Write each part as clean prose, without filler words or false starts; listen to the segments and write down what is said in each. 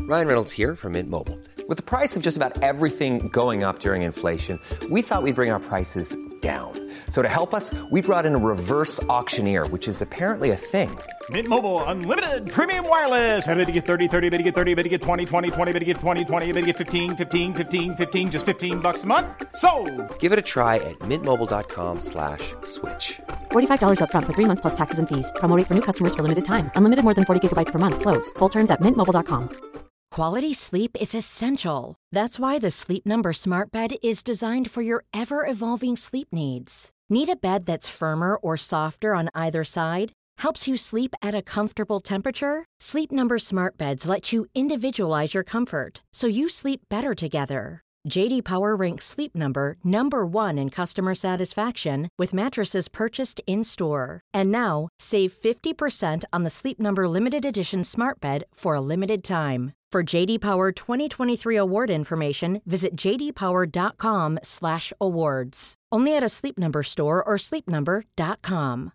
Ryan Reynolds here from Mint Mobile. With the price of just about everything going up during inflation, we thought we'd bring our prices down. So to help us, we brought in a reverse auctioneer, which is apparently a thing. Mint Mobile Unlimited Premium Wireless. How to get 30, 30, bit to get 30, bit to get 20, 20, 20, bit to get 20, 20, bit to get 15, 15, 15, 15, just $15 a month? Sold! Give it a try at mintmobile.com/switch. $45 up front for 3 months plus taxes and fees. Promo rate for new customers for limited time. Unlimited more than 40 gigabytes per month. Slows full terms at mintmobile.com. Quality sleep is essential. That's why the Sleep Number Smart Bed is designed for your ever-evolving sleep needs. Need a bed that's firmer or softer on either side? Helps you sleep at a comfortable temperature? Sleep Number Smart Beds let you individualize your comfort, so you sleep better together. J.D. Power ranks Sleep Number #1 in customer satisfaction with mattresses purchased in-store. And now, save 50% on the Sleep Number Limited Edition Smart Bed for a limited time. For J.D. Power 2023 award information, visit jdpower.com/awards. Only at a Sleep Number store or sleepnumber.com.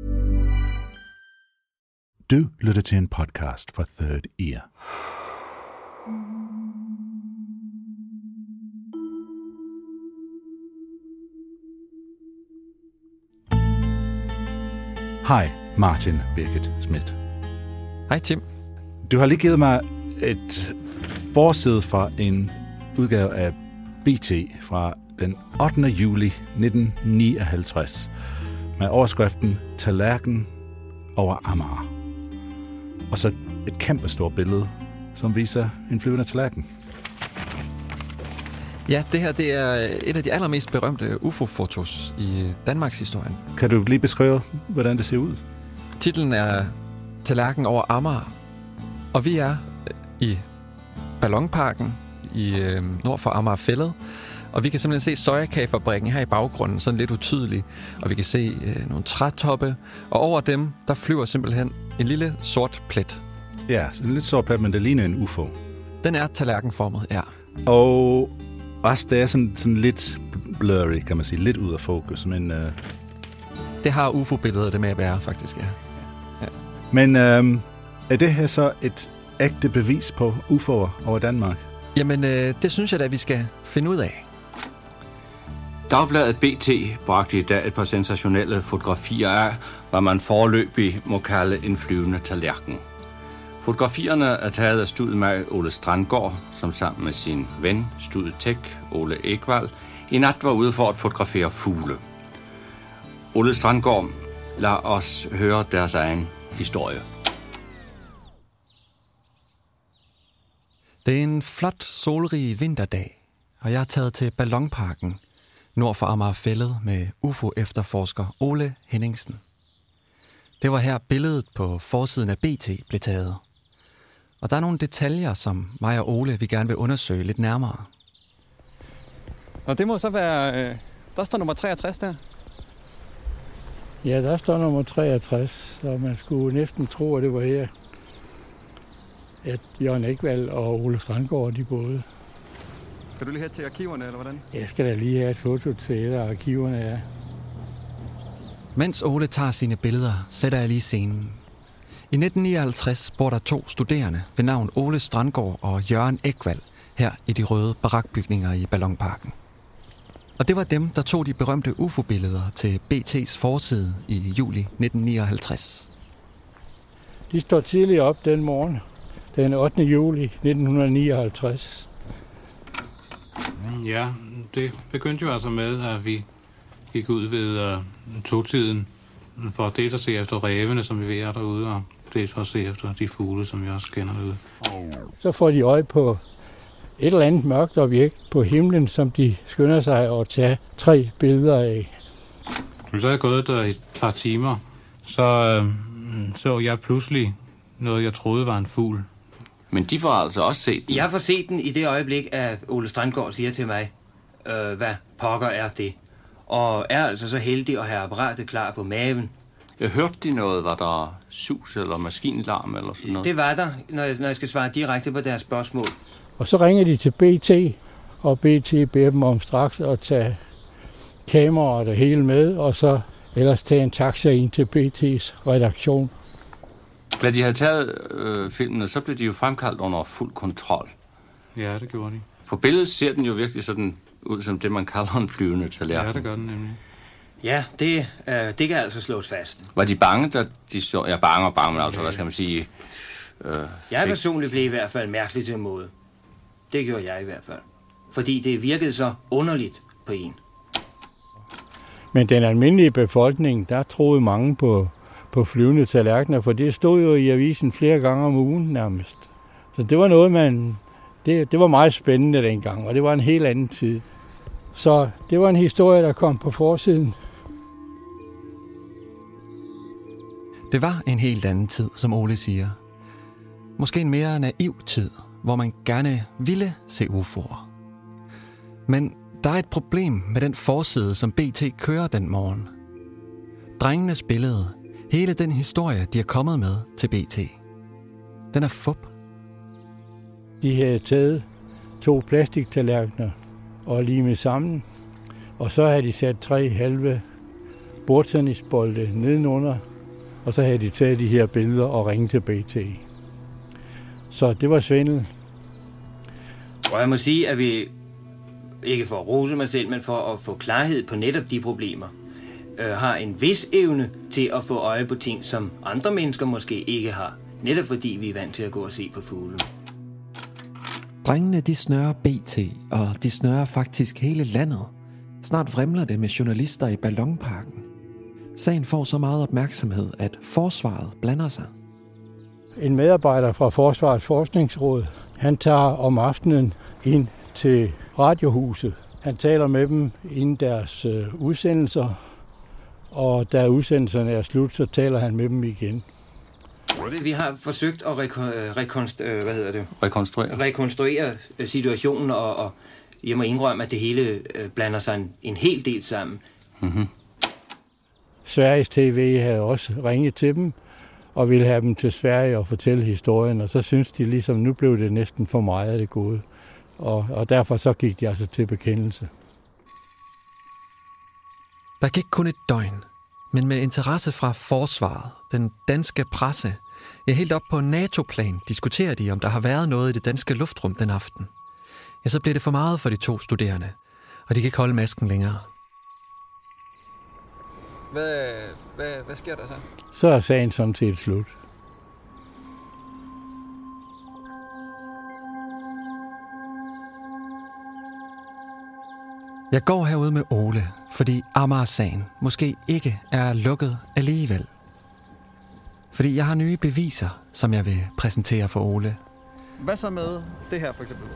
Du lytter til en podcast fra Third Ear. Hej, Martin Birgit Schmidt. Hej, Tim. Du har lige givet mig et forside fra en udgave af BT fra den 8. juli 1959 med overskriften Tallerken over Amager. Og så et kæmpestort billede, som viser en flyvende tallerken. Ja, det her det er et af de allermest berømte UFO-fotos i Danmarks historie. Kan du lige beskrive, hvordan det ser ud? Titlen er Tallerken over Amager, og vi er i Ballonparken i nord for Amagerfælled. Og vi kan simpelthen se sojakagefabrikken her i baggrunden, sådan lidt utydelig. Og vi kan se nogle trætoppe, og over dem, der flyver simpelthen en lille sort plet. Ja, en lidt sort plet, men det ligner en UFO. Den er tallerkenformet, ja. Og også det er sådan lidt blurry, kan man sige. Lidt ud af fokus, men... Det har UFO-billedet det med at være, faktisk, ja. Men er det her så et ægte bevis på UFO'er over Danmark? Jamen, det synes jeg da, vi skal finde ud af. Dagbladet BT bragte i dag et par sensationelle fotografier af, hvad man foreløbig må kalde en flyvende tallerken. Fotografierne er taget af studiemag Ole Strandgaard, som sammen med sin ven, studietek Ole Ekvald, i nat var ude for at fotografere fugle. Ole Strandgaard, lad os høre deres egen historie. Det er en flot, solrig vinterdag, og jeg er taget til Ballonparken, nord for Amagerfælled med UFO-efterforsker Ole Henningsen. Det var her billedet på forsiden af BT blev taget. Og der er nogle detaljer, som mig og Ole vi gerne vil undersøge lidt nærmere. Og det må så være... der står nummer 63 der. Ja, der står nummer 63, så man skulle næsten tro, at det var her, at Jørgen Ekvald og Ole Strandgaard, de boede. Skal du lige have til arkiverne, eller hvordan? Jeg skal da lige have et foto til et af arkiverne, ja. Mens Ole tager sine billeder, sætter jeg lige scenen. I 1959 bor der 2 studerende ved navn Ole Strandgaard og Jørgen Ekvald her i de røde barakbygninger i Ballonparken. Og det var dem, der tog de berømte UFO-billeder til BT's forside i juli 1959. De står tidligt op den morgen, den 8. juli 1959. Ja, det begyndte jo altså med, at vi gik ud ved togtiden for dels at se efter rævene, som vi er derude, og dels for at se efter de fugle, som vi også kender derude. Så får de øje på et eller andet mørkt objekt på himlen, som de skynder sig at tage 3 billeder af. Så er jeg gået der et par timer, så jeg pludselig noget, jeg troede var en fugl. Men de får altså også set den. Jeg får set den i det øjeblik, at Ole Strandgaard siger til mig, hvad pokker er det? Og er altså så heldig at have apparatet klar på maven. Jeg hørte de noget, var der sus eller maskinlarm eller sådan noget? Det var der, når jeg skal svare direkte på deres spørgsmål. Og så ringer de til BT, og BT beder dem om straks at tage kameraer og det hele med, og så ellers tage en taxa ind til BT's redaktion. Da de havde taget filmene, så blev de jo fremkaldt under fuld kontrol. Ja, det gjorde de. På billedet ser den jo virkelig sådan ud som det, man kalder en flyvende tallerken. Ja, det gør den nemlig. Ja, det kan altså slås fast. Var de bange, da de så... Ja, bange, men altså, hvad skal man sige... Jeg personligt blev i hvert fald mærkeligt til måde. Det gjorde jeg i hvert fald. Fordi det virkede så underligt på en. Men den almindelige befolkning, der troede mange på flyvende tallerkener, for det stod jo i avisen flere gange om ugen nærmest. Så det var noget, det var meget spændende dengang, og det var en helt anden tid. Så det var en historie, der kom på forsiden. Det var en helt anden tid, som Ole siger. Måske en mere naiv tid, hvor man gerne ville se UFO'er. Men der er et problem med den forside, som BT kører den morgen. Drengenes billede, hele den historie, de er kommet med til BT. Den er fup. De havde taget 2 plastiktallerkener og limet sammen, og så havde de sat 3 halve bordtennisbolde nedenunder, og så havde de taget de her billeder og ringet til BT. Så det var svindel. Og jeg må sige, at vi ikke for at rose mig selv, men for at få klarhed på netop de problemer, har en vis evne til at få øje på ting, som andre mennesker måske ikke har. Netop fordi vi er vant til at gå og se på fugle. Drengene, de snører BT, og de snører faktisk hele landet. Snart vrimler det med journalister i Ballonparken. Sagen får så meget opmærksomhed, at forsvaret blander sig. En medarbejder fra Forsvarets Forskningsråd, han tager om aftenen ind til Radiohuset. Han taler med dem inden deres udsendelser, og da udsendelserne er slut, så taler han med dem igen. Vi har forsøgt at rekonstruere situationen, og jeg må indrømme, at det hele blander sig en hel del sammen. Mm-hmm. Sveriges TV havde også ringet til dem, og ville have dem til Sverige og fortælle historien, og så synes de ligesom, nu blev det næsten for meget af det gode. Og derfor så gik de altså til bekendelse. Der gik kun et døgn, men med interesse fra forsvaret, den danske presse, helt op på NATO-plan diskuterer de, om der har været noget i det danske luftrum den aften. Ja, så bliver det for meget for de 2 studerende, og de kan ikke holde masken længere. Hvad sker der så? Så er sagen sådan set slut. Jeg går herude med Ole, fordi Amager-sagen måske ikke er lukket alligevel. Fordi jeg har nye beviser, som jeg vil præsentere for Ole. Hvad så med det her for eksempel?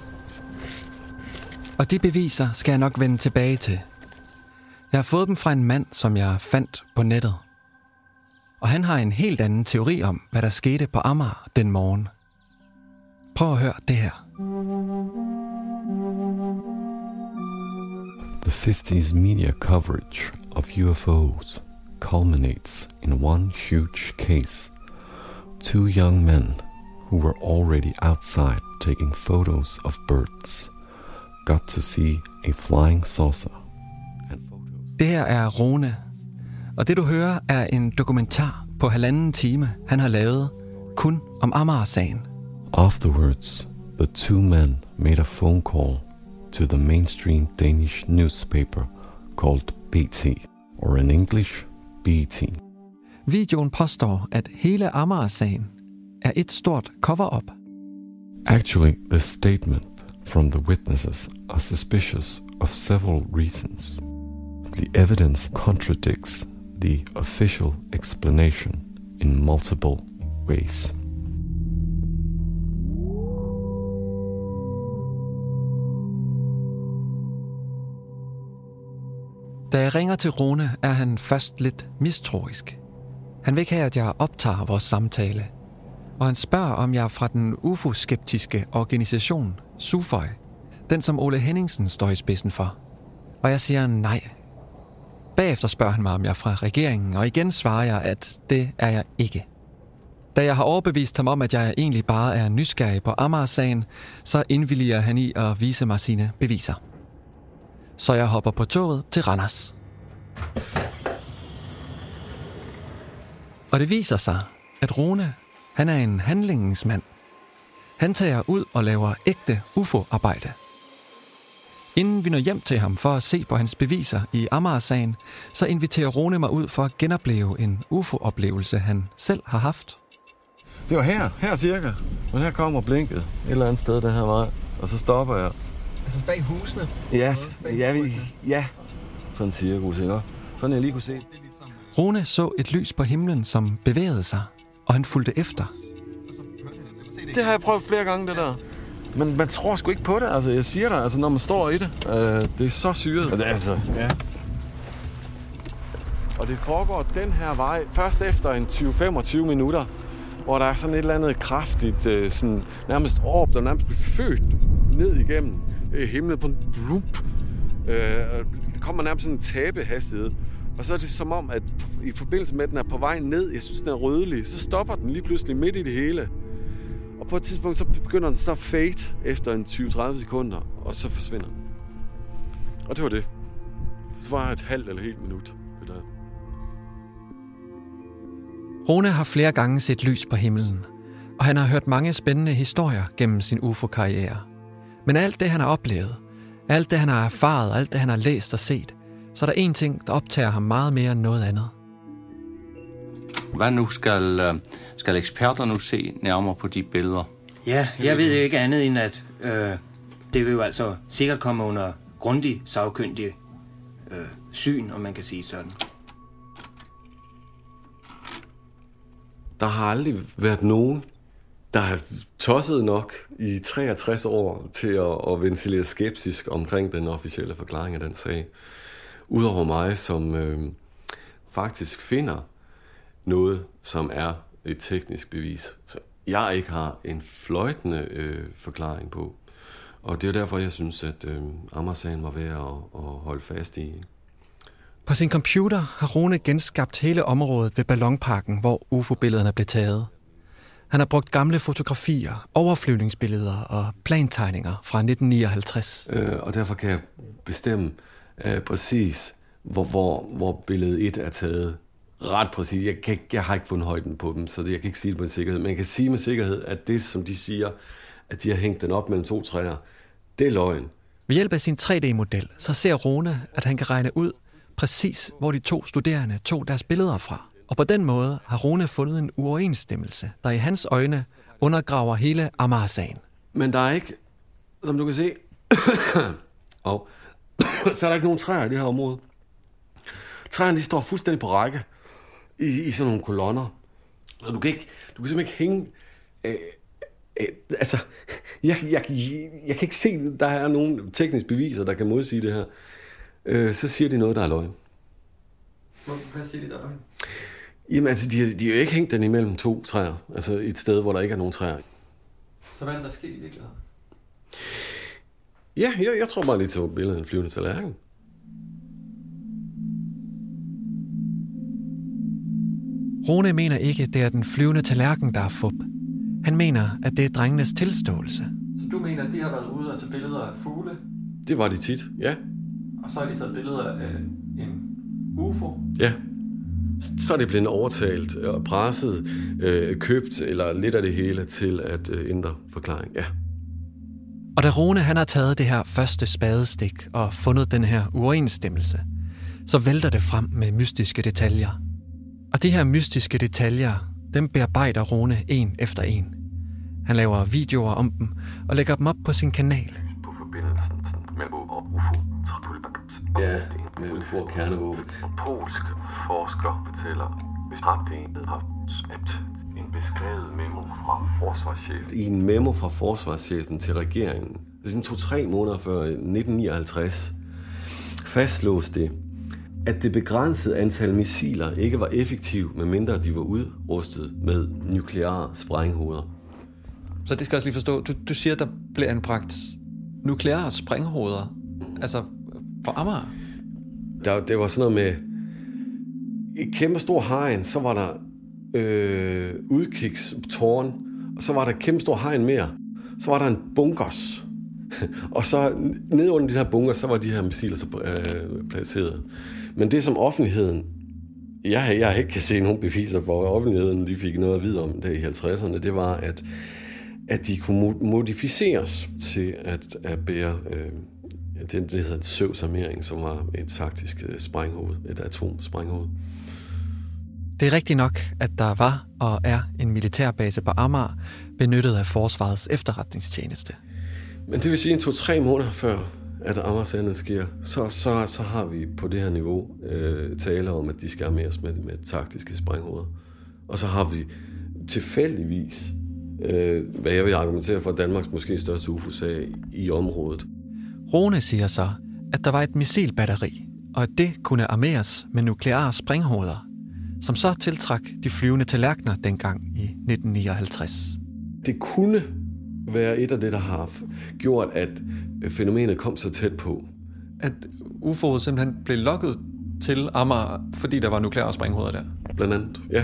Og de beviser skal jeg nok vende tilbage til. Jeg har fået dem fra en mand, som jeg fandt på nettet. Og han har en helt anden teori om, hvad der skete på Amager den morgen. Prøv at høre det her. The 50s media coverage of UFOs culminates in one huge case. 2 young men who were already outside taking photos of birds got to see a flying saucer. Det her er Rune, og det du hører er en dokumentar på 1,5 time, han har lavet kun om Amager-sagen. Afterwards, the 2 men made a phone call to the mainstream Danish newspaper called BT, or in English, BT. Videoen påstår, at hele Amager-sagen er et stort cover-up. Actually, the statement from the witnesses are suspicious of several reasons. The evidence contradicts the official explanation in multiple ways. Da jeg ringer til Rune, er han først lidt mistroisk. Han vil ikke have, at jeg optager vores samtale. Og han spørger, om jeg er fra den UFO-skeptiske organisation, SUFOI, den som Ole Henningsen står i spidsen for. Og jeg siger nej. Bagefter spørger han mig, om jeg er fra regeringen, og igen svarer jeg, at det er jeg ikke. Da jeg har overbevist ham om, at jeg egentlig bare er nysgerrig på Amager-sagen, så indvilliger han i at vise mig sine beviser. Så jeg hopper på toget til Randers. Og det viser sig, at Rune, Han er en handlingens mand. Han tager ud og laver ægte UFO-arbejde. Inden vi når hjem til ham for at se på hans beviser i Amager-sagen, så inviterer Rune mig ud for at genopleve en UFO-oplevelse, han selv har haft. Det var her cirka. Og her kommer blinket et eller andet sted, den her vej. Og så stopper jeg. Altså bag husene? Ja. Sådan en cirkus, ikke? Sådan jeg lige kunne se. Rune så et lys på himlen, som bevægede sig, og han fulgte efter. Det har jeg prøvet flere gange, det der. Men man tror sgu ikke på det, altså. Jeg siger dig, altså, når man står i det. Det er så syret. Altså, ja. Og det foregår den her vej, først efter en 20-25 minutter, hvor der er sådan et eller andet kraftigt, sådan nærmest orb, der nærmest bliver født ned igennem himlen på en blump. Det kommer nærmest sådan en tabehastighed. Og så er det som om, at i forbindelse med, at den er på vej ned, jeg synes, den er rødlig, så stopper den lige pludselig midt i det hele. Og på et tidspunkt, så begynder den så fade efter en 20-30 sekunder, og så forsvinder den. Og det var det. Det var et halvt eller helt minut, det der. Rune har flere gange set lys på himlen, og han har hørt mange spændende historier gennem sin UFO-karriere. Men alt det, han har oplevet, alt det, han har erfaret, alt det, han har læst og set, så er der én ting, der optager ham meget mere end noget andet. Hvad nu skal eksperter nu se nærmere på de billeder? Ja, jeg ved jo ikke andet end, at det vil jo altså sikkert komme under grundig, sagkyndig syn, om man kan sige sådan. Der har aldrig været nogen, der har tosset nok i 63 år til at ventilere skeptisk omkring den officielle forklaring af den sag. Udover mig, som faktisk finder noget, som er et teknisk bevis, så jeg ikke har en fløjtende forklaring på. Og det er derfor, jeg synes, at Amager-sagen var værd at holde fast i. På sin computer har Rune genskabt hele området ved Ballonparken, hvor UFO-billederne blev taget. Han har brugt gamle fotografier, overflyvningsbilleder og plantegninger fra 1959. Og derfor kan jeg bestemme præcis, hvor billede 1 er taget. Ret præcis. Jeg har ikke fundet højden på dem, så jeg kan ikke sige det med sikkerhed. Men jeg kan sige med sikkerhed, at det, som de siger, at de har hængt den op mellem 2 træer, det er løgn. Ved hjælp af sin 3D-model, så ser Rune, at han kan regne ud præcis, hvor de 2 studerende tog deres billeder fra. Og på den måde har Rune fundet en uoverensstemmelse, der i hans øjne undergraver hele Amager-sagen. Men der er ikke, som du kan se, så er der ikke nogen træer i det her område. Træerne, de står fuldstændig på række i sådan nogle kolonner. Og du kan simpelthen ikke hænge... jeg kan ikke se, at der er nogen tekniske beviser, der kan modsige det her. Så siger de noget, der er løgn. Hvad siger de, der er løgn? Jamen, altså, de har jo ikke hængt den imellem 2 træer. Altså, et sted, hvor der ikke er nogen træer. Så hvad er det, der sker i virkeligheden? Ja, jeg tror bare lige til billedet af en flyvende tallerken. Rune mener ikke, det er den flyvende tallerken, der er fup. Han mener, at det er drengenes tilståelse. Så du mener, at de har været ude og tage billeder af fugle? Det var de tit, ja. Og så har de taget billeder af en UFO? Ja. Så er det blevet overtalt og presset, købt eller lidt af det hele til at ændre forklaring, ja. Og da Rune han har taget det her første spadestik og fundet den her uoverensstemmelse, så vælter det frem med mystiske detaljer. Og de her mystiske detaljer, dem bearbejder Rune en efter en. Han laver videoer om dem og lægger dem op på sin kanal. På forbindelsen mellem UFO, ja, med UFO og kernevåben. En polsk forsker fortæller, hvis Hartdén har sat en beskrevet memo fra forsvarschefen. I en memo fra forsvarschefen til regeringen, det er sådan 2-3 måneder før 1959, fastslås det, at det begrænsede antal missiler ikke var effektive, medmindre de var udrustet med nukleare sprænghoveder. Så det skal jeg også lige forstå. Du siger, at der bliver anbragt nukleare sprænghoveder, altså på Amager? Det var sådan noget med et kæmpe stor hegn, så var der udkigstårn, og så var der et kæmpe stor hegn mere. Så var der en bunkers. Og så nede under de her bunkers, så var de her missiler så placeret. Men det, som offentligheden Jeg ikke kan se nogen beviser for, at offentligheden lige fik noget at vide om det i 50'erne. Det var, at de kunne modificeres til at bære det hedder en søvsarmering, som var et taktisk sprænghoved, et atomsprænghoved. Det er rigtigt nok, at der var og er en militærbase på Amager, benyttet af Forsvarets efterretningstjeneste. Men det vil sige, 2-3 måneder før, at Amagersandet sker, så har vi på det her niveau tale om, at de skal armeres med taktiske sprænghoveder. Og så har vi tilfældigvis, hvad jeg vil argumentere for, Danmarks måske største UFO-sag i området. Rune siger så, at der var et missilbatteri, og at det kunne armeres med nukleare sprænghoveder, som så tiltrak de flyvende tallerkener dengang i 1959. Det kunne være et af det, der har gjort, at fænomenet kom så tæt på. At UFO'et simpelthen blev lokket til Amager, fordi der var nukleare sprænghoveder der? Blandt andet, ja.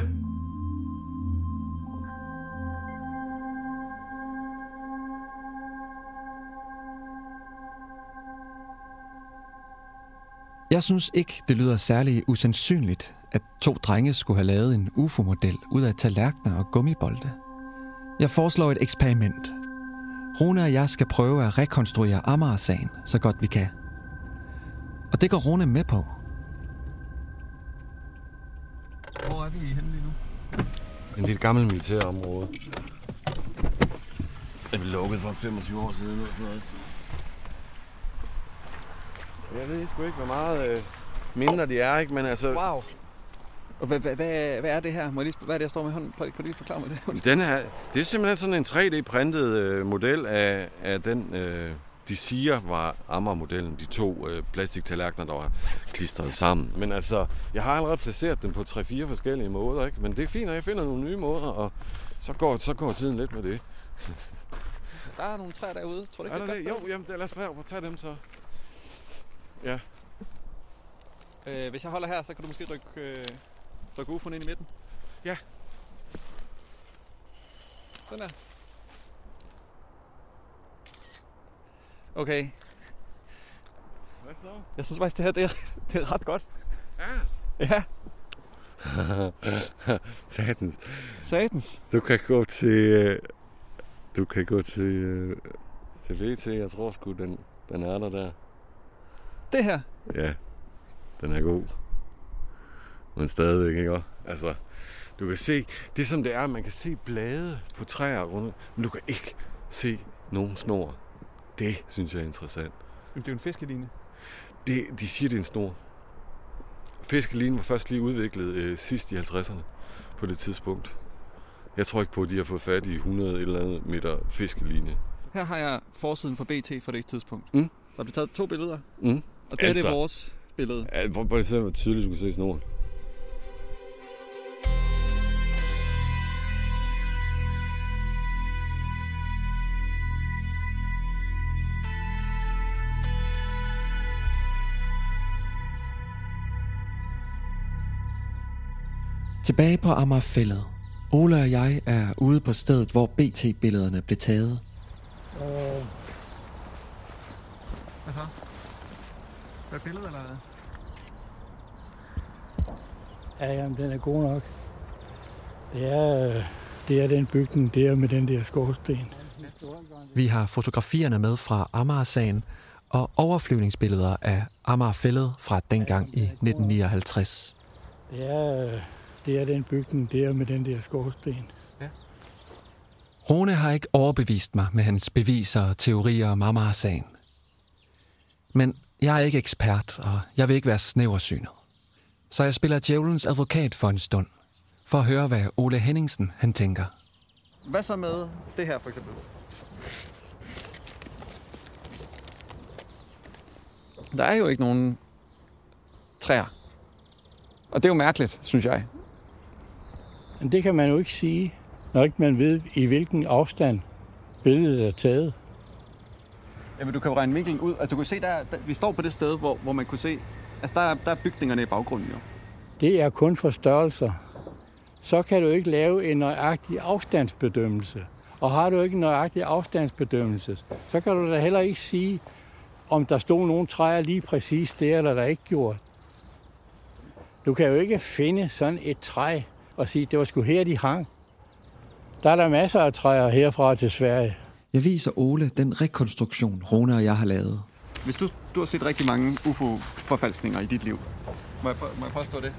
Jeg synes ikke, det lyder særlig usandsynligt, at 2 drenge skulle have lavet en UFO-model ud af tallerkener og gummibolde. Jeg foreslår et eksperiment. Rune og jeg skal prøve at rekonstruere Amager-sagen så godt vi kan. Og det går Rune med på. Hvor er vi henne lige nu? Det er et gammelt militærområde. Det blev lukket for 25 år siden. Og sådan noget. Jeg ved sgu ikke, hvor meget mindre de er, ikke? Men altså... Wow! Og hvad er det her? Hvad er det, jeg står med hånden? Kan du lige forklare mig det? Det er simpelthen sådan en 3D-printet model af den, de siger var Amager-modellen. De 2 plastiktallerkener, der var klistret sammen. Men altså, jeg har allerede placeret dem på 3-4 forskellige måder, ikke? Men det er fint, at jeg finder nogle nye måder, og så går tiden lidt med det. Der er nogle træer derude. Tror du ikke, er det? Jo, jamen, lad os prøve at tage dem så. Ja. Hvis jeg holder her, så kan du måske rykke UFO'en ind i midten. Ja. Sådan der. Okay. Hvad så? Jeg synes faktisk, det her det er ret godt. Ja. Ja. Satans. Du kan gå til VT. Jeg tror sgu, den er der. Det her? Ja, den er god. Men stadigvæk, ikke også? Altså, du kan se, det som det er, man kan se blade på træer rundt, men du kan ikke se nogen snor. Det synes jeg er interessant. Det er jo en fiskeline. De siger, det er en snor. Fiskeline var først lige udviklet sidst i 50'erne på det tidspunkt. Jeg tror ikke på, at de har fået fat i 100 eller andet meter fiskeline. Her har jeg forsiden for BT for det tidspunkt. Mm. Der blev taget 2 billeder. Mm. Og det altså, er vores billede. Ja, hvor det ser hvor tydeligt, du kan se snoren. Tilbage på Amagerfællet. Ole og jeg er ude på stedet, hvor BT-billederne blev taget. Hvad så? Hvad er billedet, eller? Ja, jamen, den er god nok. Det er den bygning der med den der skorsten. Vi har fotografierne med fra Amager-sagen og overflyvningsbilleder af Amagerfællet fra dengang i 1959. Det er den bygning der med den der skorsten. Ja. Rune har ikke overbevist mig med hans beviser og teorier om Amager-sagen. Men jeg er ikke ekspert, og jeg vil ikke være snæversynet. Så jeg spiller djævelens advokat for en stund, for at høre, hvad Ole Henningsen han tænker. Hvad så med det her, for eksempel? Der er jo ikke nogen træer. Og det er jo mærkeligt, synes jeg. Men det kan man jo ikke sige, når ikke man ved, i hvilken afstand billedet er taget. Jamen, du kan jo regne vinklen ud. Altså, du kan se, der vi står på det sted, hvor man kunne se... Altså, der er bygningerne i baggrunden, jo. Det er kun for størrelser. Så kan du ikke lave en nøjagtig afstandsbedømmelse. Og har du ikke en nøjagtig afstandsbedømmelse, så kan du da heller ikke sige, om der stod nogle træer lige præcis der, eller der ikke gjorde. Du kan jo ikke finde sådan et træ og sige, det var sgu her, de hang. Der er der masser af træer herfra til Sverige. Jeg viser Ole den rekonstruktion, Rune og jeg har lavet. Hvis du har set rigtig mange UFO-forfalskninger i dit liv, må jeg påstå det?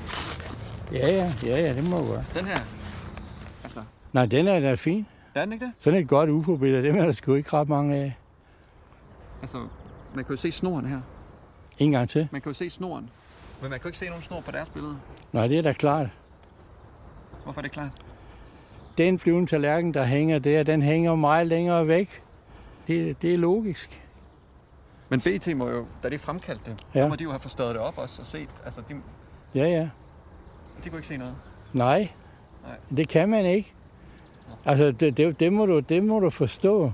Ja, det må du gøre. Den her? Altså... Nej, den er da fin. Er den ikke det? Sådan et godt UFO-billede, dem er der sgu ikke ret mange af. Altså, man kan jo se snoren her. En gang til. Man kan jo se snoren. Men man kan jo ikke se nogen snor på deres billede. Nej, det er da klart. Hvorfor er det klart? Den flyvende tallerken, der hænger der, den hænger meget længere væk. Det er logisk. Men BT må jo, da de fremkaldte det, ja. må de jo have forstået det op også og set. Altså, Ja. De kunne ikke se noget? Nej. Det kan man ikke. Altså, det må du forstå.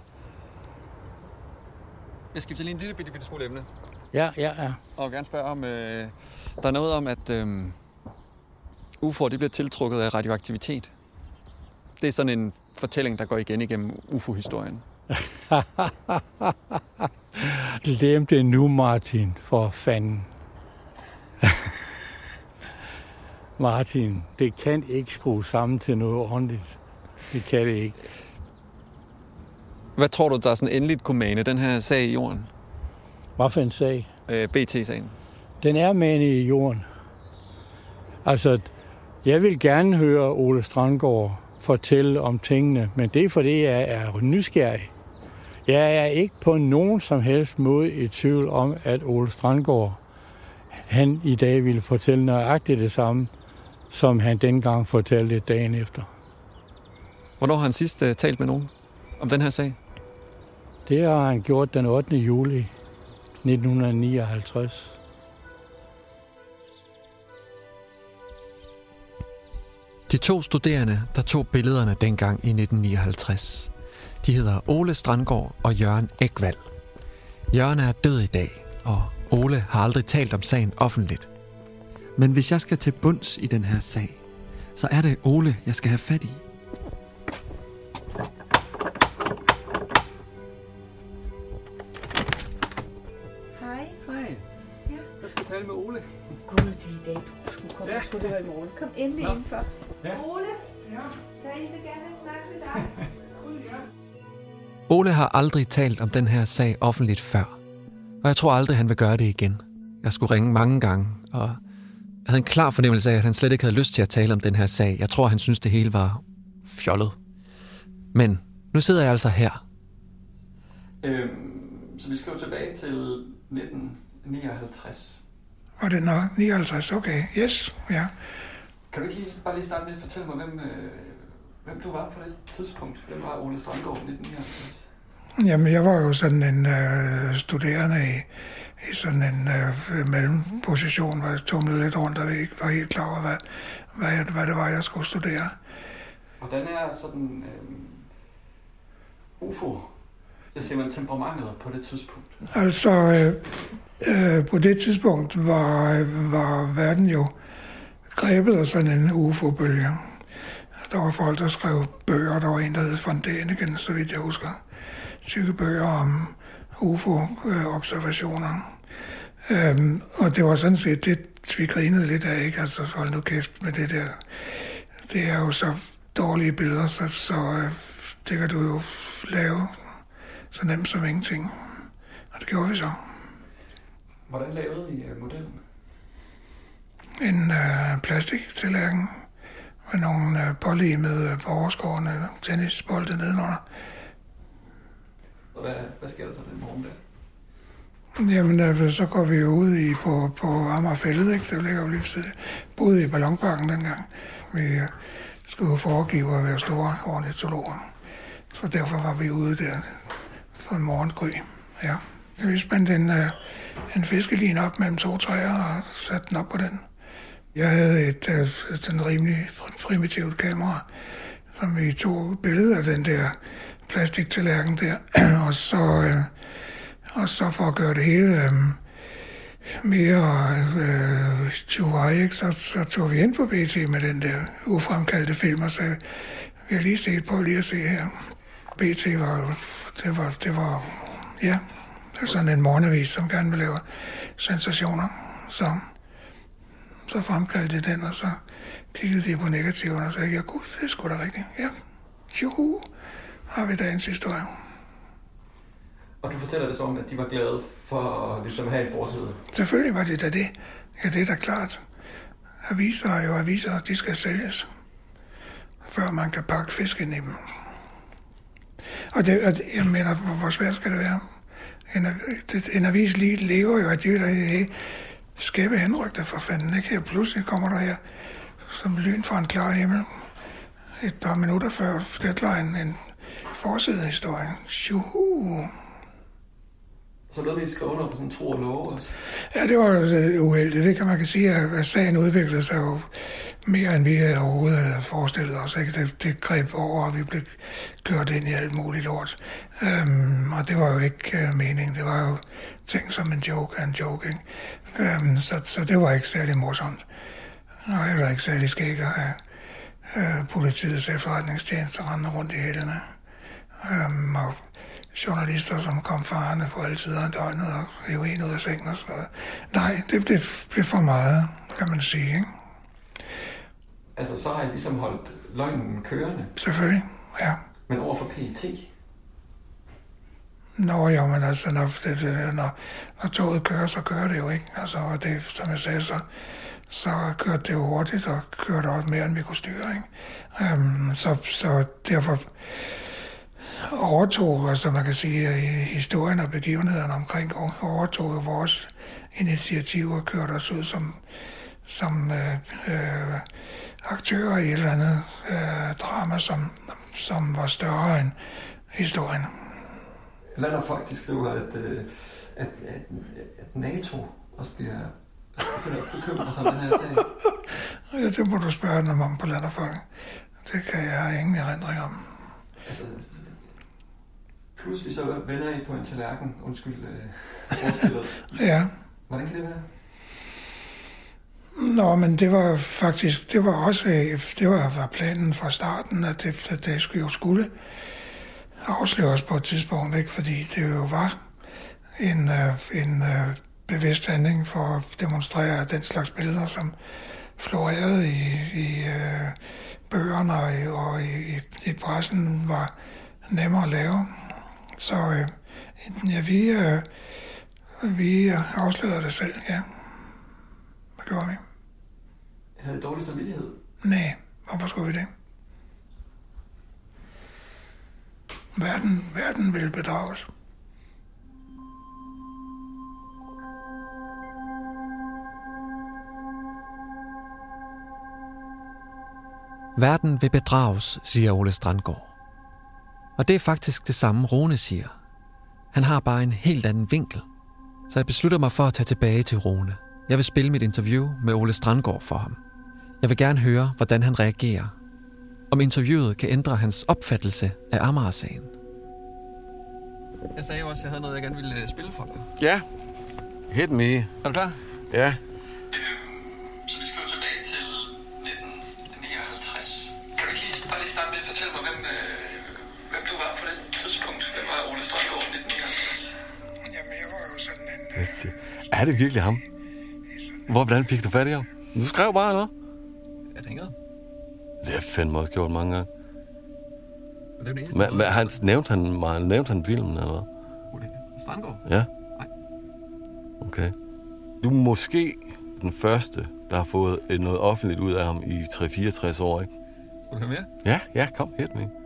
Jeg skifter lige en lille bitte smule emne. Ja. Og gerne spørge om, der er noget om, at UFO'er bliver tiltrukket af radioaktivitet. Det er sådan en fortælling, der går igen igennem UFO-historien. Glem det nu, Martin, for fanden. Martin, det kan ikke skrues sammen til noget ordentligt. Det kan det ikke. Hvad tror du, der er sådan endeligt kunne mane den her sag i jorden? Hvad for en sag? BT-sagen. Den er manet i jorden. Altså, jeg vil gerne høre Ole Strandgaard fortælle om tingene, men det er fordi, jeg er nysgerrig. Jeg er ikke på nogen som helst måde i tvivl om, at Ole Strandgaard, han i dag ville fortælle nøjagtigt det samme, som han dengang fortalte dagen efter. Hvornår har han sidst talt med nogen om den her sag? Det har han gjort den 8. juli 1959. De 2 studerende, der tog billederne dengang i 1959, de hedder Ole Strandgaard og Jørgen Ekvald. Jørgen er død i dag, og Ole har aldrig talt om sagen offentligt. Men hvis jeg skal til bunds i den her sag, så er det Ole, jeg skal have fat i. Hej. Ja. Jeg skal tale med Ole. Gud, det er i dag, du skulle komme. Ja. Skulle det være i morgen? Kom endelig indenfor. Ja. Ole? Ja? Der er en, der gerne vil snakke med dig. Ole har aldrig talt om den her sag offentligt før. Og jeg tror aldrig, han vil gøre det igen. Jeg skulle ringe mange gange, og jeg havde en klar fornemmelse af, at han slet ikke havde lyst til at tale om den her sag. Jeg tror, han synes det hele var fjollet. Men nu sidder jeg altså her. Så vi skal jo tilbage til 1959. Var det nok 59? Okay, yes, ja. Kan du ikke bare lige starte med at fortælle mig, hvem du var på det tidspunkt? Hvem var Ole Strandgaard i 1959? Jamen, jeg var jo sådan en studerende i sådan en mellemposition, hvor jeg tumlede lidt rundt og ikke var helt klar over, hvad det var, jeg skulle studere. Hvordan er sådan UFO? Jeg ser man temperamentet på det tidspunkt. Altså, på det tidspunkt var verden jo grebet af sådan en UFO-bølge. Der var folk, der skrev bøger. Der var en, der hed von Däniken, så vidt jeg husker. Tykke bøger om UFO-observationer. Og det var sådan set det, vi grinede lidt af, ikke? Altså, hold nu kæft med det der. Det er jo så dårlige billeder, så det kan du jo lave så nemt som ingenting. Og det gjorde vi så. Hvordan lavede I modellen? En plastiktallerken med nogle pålimede borgerskårende tennisbolde nedenunder. Hvad sker der så den morgen der? Jamen, så går vi jo ud på Amagerfældet, ikke? Så ligger jo lige ved siden. Boede i Ballonparken dengang. Vi skulle jo foregive at være store ornitologer. Så derfor var vi ude der for en morgengry. Ja. Vi spændte en fiskeline op mellem 2 træer og satte den op på den. Jeg havde et sådan rimelig primitivt kamera, som vi tog billeder af den der plastiktallerken der, og så for at gøre det hele mere tjuhej, så tog vi ind på BT med den der ufremkaldte film, og så vi har lige set på lige at se her. BT det var sådan en morgenavis, som gerne vil lave sensationer, så Så fremkaldte de den, og så kiggede de på negativerne og sagde, ja gud, det er sgu da rigtigt. Ja, juhu, har vi dagens historie. Og du fortæller det som, at de var glade for at ligesom have en forside. Selvfølgelig var det da det. Ja, det er da klart. Aviser, de skal sælges, før man kan pakke fisk ind i dem. Og jeg mener, hvor svært skal det være? En avis lige lever jo af de der skæbe henrygter for fanden, ikke? Her pludselig kommer der her som lyn fra en klar himmel. Et par minutter før deadline en forsidehistorie. Juhu! Så lavede vi skrevet under på sådan en tro og love også? Ja, det var uheldigt. Det kan man sige, at sagen udviklede sig jo mere, end vi overhovedet havde forestillet os. Ikke? Det greb over, og vi blev kørt ind i alt muligt lort. Og det var jo ikke meningen. Det var jo ting som en joke er en joke. Ikke? Så det var ikke særlig morsomt. Og heller ikke særlig skæg at have politiets efterretningstjeneste rendende rundt i hælene. Og journalister, som kom farende på alle tider af døgnet og heroin ud af sengen og sådan noget. Nej, det blev for meget, kan man sige, ikke? Altså, så har I ligesom holdt løgnen kørende? Selvfølgelig, ja. Men over for PET? Nå jo, men altså, når toget kører, så kører det jo ikke. Altså, og det, som jeg sagde, så kørte det jo hurtigt, og kørte også mere, end vi kunne styre, ikke? Så derfor overtog, altså man kan sige, at historien og begivenhederne omkring overtog jo vores initiativer og kørte os ud som aktører i et eller andet drama, som var større end historien. Lader folk, de skriver, at NATO også bliver bekymret sig om den her sag? Ja, det må du spørge dem om på Landerfolk. Det kan jeg have ingen erindring om. Altså, pludselig så vender I på en tallerken, forspillet. Ja. Hvordan kan det være? Nå, men det var faktisk, det var planen fra starten, at det skulle afsløres på et tidspunkt, ikke? Fordi det jo var en bevidst handling for at demonstrere den slags billeder, som florerede i bøgerne og i pressen, var nemmere at lave. Så vi afslørede det selv, ja. Hvad gjorde vi? Jeg havde dårlig samvittighed. Nej, hvorfor skulle vi det? Verden ville bedrages. Verden vil bedrages, siger Ole Strandgaard. Og det er faktisk det samme, Rune siger. Han har bare en helt anden vinkel. Så jeg beslutter mig for at tage tilbage til Rune. Jeg vil spille mit interview med Ole Strandgaard for ham. Jeg vil gerne høre, hvordan han reagerer. Om interviewet kan ændre hans opfattelse af Amager-sagen. Jeg sagde jo også, at jeg havde noget, jeg gerne ville spille for dig. Ja. Hit me. Er du klar? Ja. Så vi skal jo tilbage til 1959. Kan du ikke bare lige starte med at fortælle mig, hvem du var på det tidspunkt? Hvem var Ole Strandgaard 1959? Jamen, jeg var jo sådan en... Er det virkelig ham? Hvordan fik du fat i ham? Du skrev bare noget. Jeg ringede. Det har fandme også gjort mange gange. Det er det eneste. Nævnte han filmen, eller hvad? Ole Strandgaard? Ja. Nej. Okay. Du er måske den første, der har fået noget offentligt ud af ham i 3-64 år, ikke? Vil du høre mere? Ja, kom, hit me. En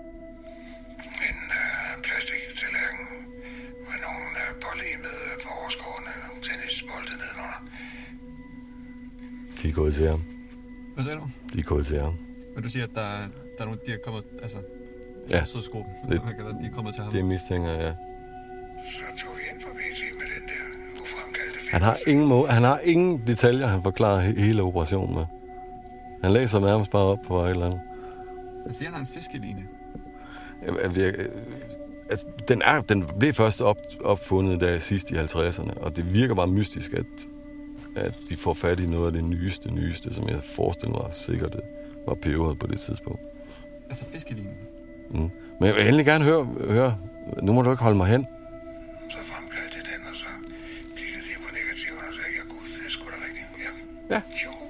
plastiktallerken med nogle pålimede på overskårende tennisbolde nedenunder. De er gået til ham. Hvad siger du? De er gået til ham. Men du siger, at der er nogle, de er kommet, altså... Ja. Sødsgruppen, de er kommet til ham. Det mistænker jeg, ja. Så tog vi ind på BT med den der ufremkaldte film. Han har ingen detaljer, han forklarer hele operationen med. Han læser nærmest bare op på et eller andet. Jeg siger, han har en fiskeline. Altså, den blev først opfundet der sidst i 50'erne, og det virker bare mystisk, at de får fat i noget af det nyeste, som jeg forestiller mig sikkert var peberet på det tidspunkt. Altså fiskelinen? Mm. Men jeg vil endelig gerne høre. Nu må du ikke holde mig hen. Så fremkaldte den, og så kiggede de på negativerne og sagde, ja gud, det er sgu da rigtigt. Ja. Ja. Jo.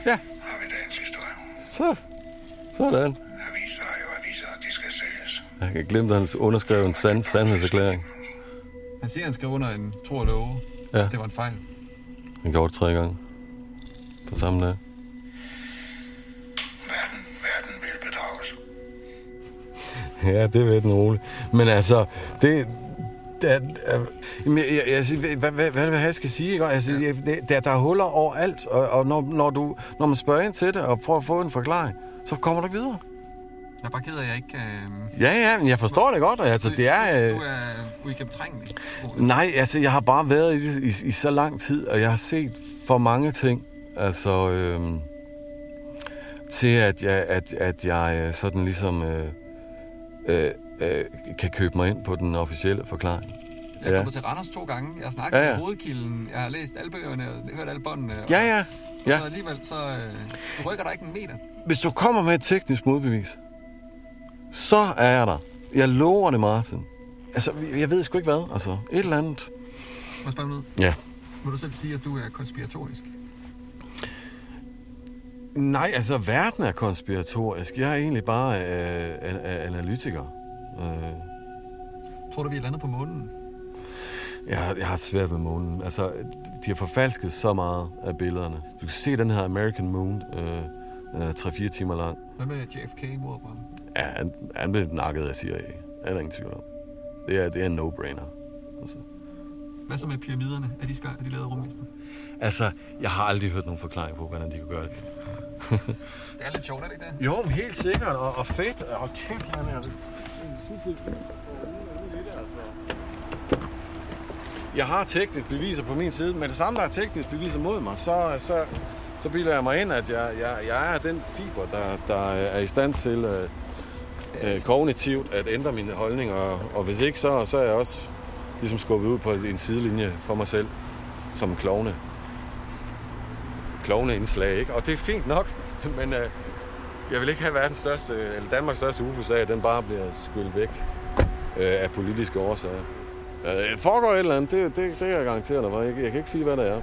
Ja. Har vi dagens historie. Sådan. Aviser, de skal sælges. Jeg kan glemme, at han underskrev en sandhedserklæring. Han siger, han skrev under en tro og love. Ja. Det var en fejl. Han gjorde det 3 gange. På samme dag. Verden vil bedrages. Ja, det ved den roligt. Men altså, hvad jeg skal sige, ikke? Altså, der er huller overalt, og når man spørger ind til det og prøver at få en forklaring, så kommer du ikke videre. Jeg er bare ked af, at jeg ikke... Ja, men jeg forstår det godt. Altså, det er... Du er uigennemtrængelig. Nej, altså, jeg har bare været i det i så lang tid, og jeg har set for mange ting, altså, til at jeg sådan ligesom kan købe mig ind på den officielle forklaring. Jeg er kommet til Randers 2 gange. Jeg har snakket med Hovedkilden. Jeg har læst alle bøgerne og hørt alle båndene. Ja. Så alligevel, du rykker der ikke en meter. Hvis du kommer med et teknisk modbevis, så er jeg der. Jeg lover det, Martin. Altså, jeg ved sgu ikke hvad. Altså, et eller andet. Må jeg spørge noget? Ja. Må du selv sige, at du er konspiratorisk? Nej, altså, verden er konspiratorisk. Jeg er egentlig bare analytiker. Tror du, vi er landet på månen? Jeg har svært med månen. Altså, de har forfalsket så meget af billederne. Du kan se den her American Moon, 3-4 timer lang. Hvad med JFK-mordbranden? Ja, han blev nakket af CIA. Er der ingen tvivl om. Det er en no-brainer. Altså. Hvad så med pyramiderne? Er de lavet af rumvæsener? Altså, jeg har aldrig hørt nogen forklaring på, hvordan de kunne gøre det. Det er lidt sjovt, er det ikke det? Jo, helt sikkert. Og fedt. Og kæft, han er... Jeg har tekniske beviser på min side, men det samme, der er tekniske beviser mod mig, så bilder jeg mig ind, at jeg er den fiber, der er i stand til kognitivt at ændre mine holdninger, og hvis ikke, så er jeg også ligesom skubbet ud på en sidelinje for mig selv, som klovneindslag, ikke? Og det er fint nok, men jeg vil ikke have Danmarks største UFO-sag, at den bare bliver skyllet væk af politiske årsager. Det foregår et eller andet, det er jeg garanteret dig for. Jeg kan ikke sige, hvad det er.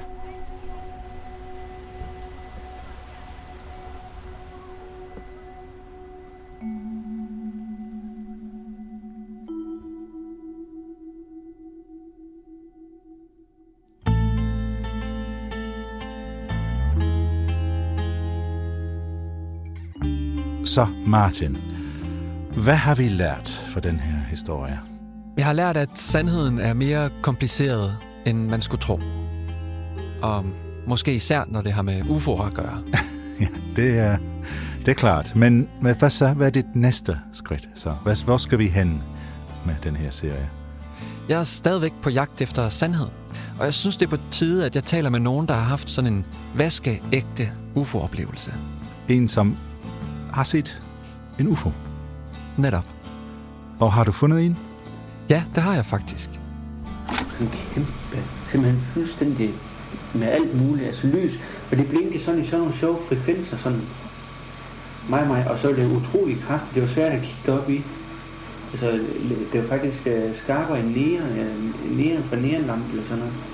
Så Martin, hvad har vi lært for den her historie? Jeg har lært, at sandheden er mere kompliceret, end man skulle tro. Og måske især, når det har med UFO'er at gøre. Ja, det er klart. Men hvad så? Hvad er dit næste skridt? Så hvor skal vi hen med den her serie? Jeg er stadigvæk på jagt efter sandhed. Og jeg synes, det er på tide, at jeg taler med nogen, der har haft sådan en vaskeægte UFO-oplevelse. En, som har set en UFO? Netop. Og har du fundet en? Ja, det har jeg faktisk. En kæmpe, simpelthen fuldstændig med alt muligt, altså lys. Og det blinkede sådan i sådan nogle sjove frekvenser, sådan mig, og så var det utrolig kraftigt. Det var svært at kigge op i. Altså, det var faktisk skarpere end næren fra nærenlampe eller sådan noget.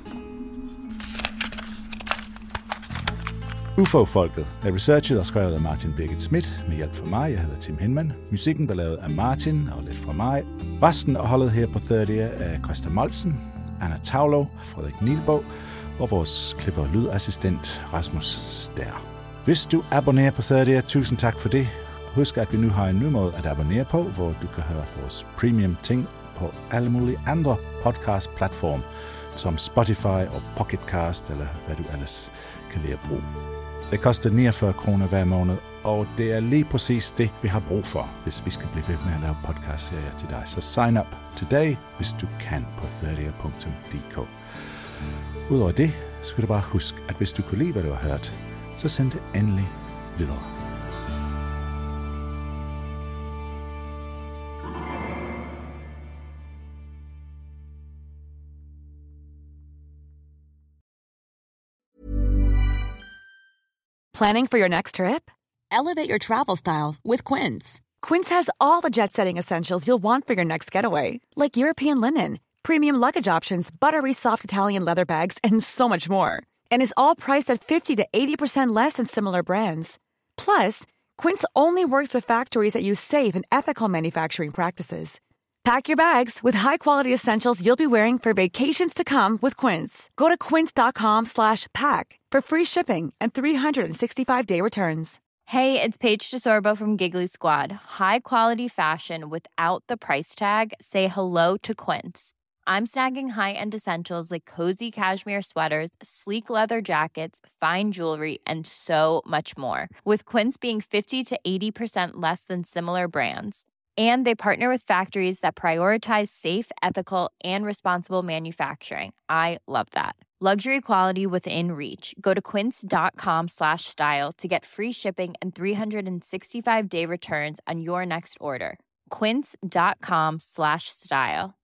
UFO-folket er researchet og skrevet af Martin Birgit Schmidt med hjælp fra mig. Jeg hedder Tim Hinman. Musikken blev lavet af Martin og lidt fra mig. Resten af holdet her på 30 er Christa Molsen, Anna Tavlov, Frederik Nielbo og vores klipper og lydassistent Rasmus Stær. Hvis du abonnerer på 30, tusind tak for det. Husk, at vi nu har en ny måde at abonnere på, hvor du kan høre vores premium ting på alle mulige andre podcast-platform, som Spotify og Pocketcast, eller hvad du ellers kan lide at bruge. Det koster 49 kroner hver måned, og det er lige præcis det, vi har brug for, hvis vi skal blive ved med at lave podcast-serier til dig. Så sign up today, hvis du kan, på 30.dk. Udover det, skal du bare huske, at hvis du kunne lide, hvad du har hørt, så send det endelig videre. Planning for your next trip? Elevate your travel style with Quince. Quince has all the jet-setting essentials you'll want for your next getaway, like European linen, premium luggage options, buttery soft Italian leather bags, and so much more. And is all priced at 50 to 80% less than similar brands. Plus, Quince only works with factories that use safe and ethical manufacturing practices. Pack your bags with high-quality essentials you'll be wearing for vacations to come with Quince. Go to quince.com/pack for free shipping and 365-day returns. Hey, it's Paige DeSorbo from Giggly Squad. High quality fashion without the price tag. Say hello to Quince. I'm snagging high-end essentials like cozy cashmere sweaters, sleek leather jackets, fine jewelry, and so much more. With Quince being 50 to 80% less than similar brands. And they partner with factories that prioritize safe, ethical, and responsible manufacturing. I love that. Luxury quality within reach. Go to quince.com/style to get free shipping and 365-day returns on your next order. Quince.com/style.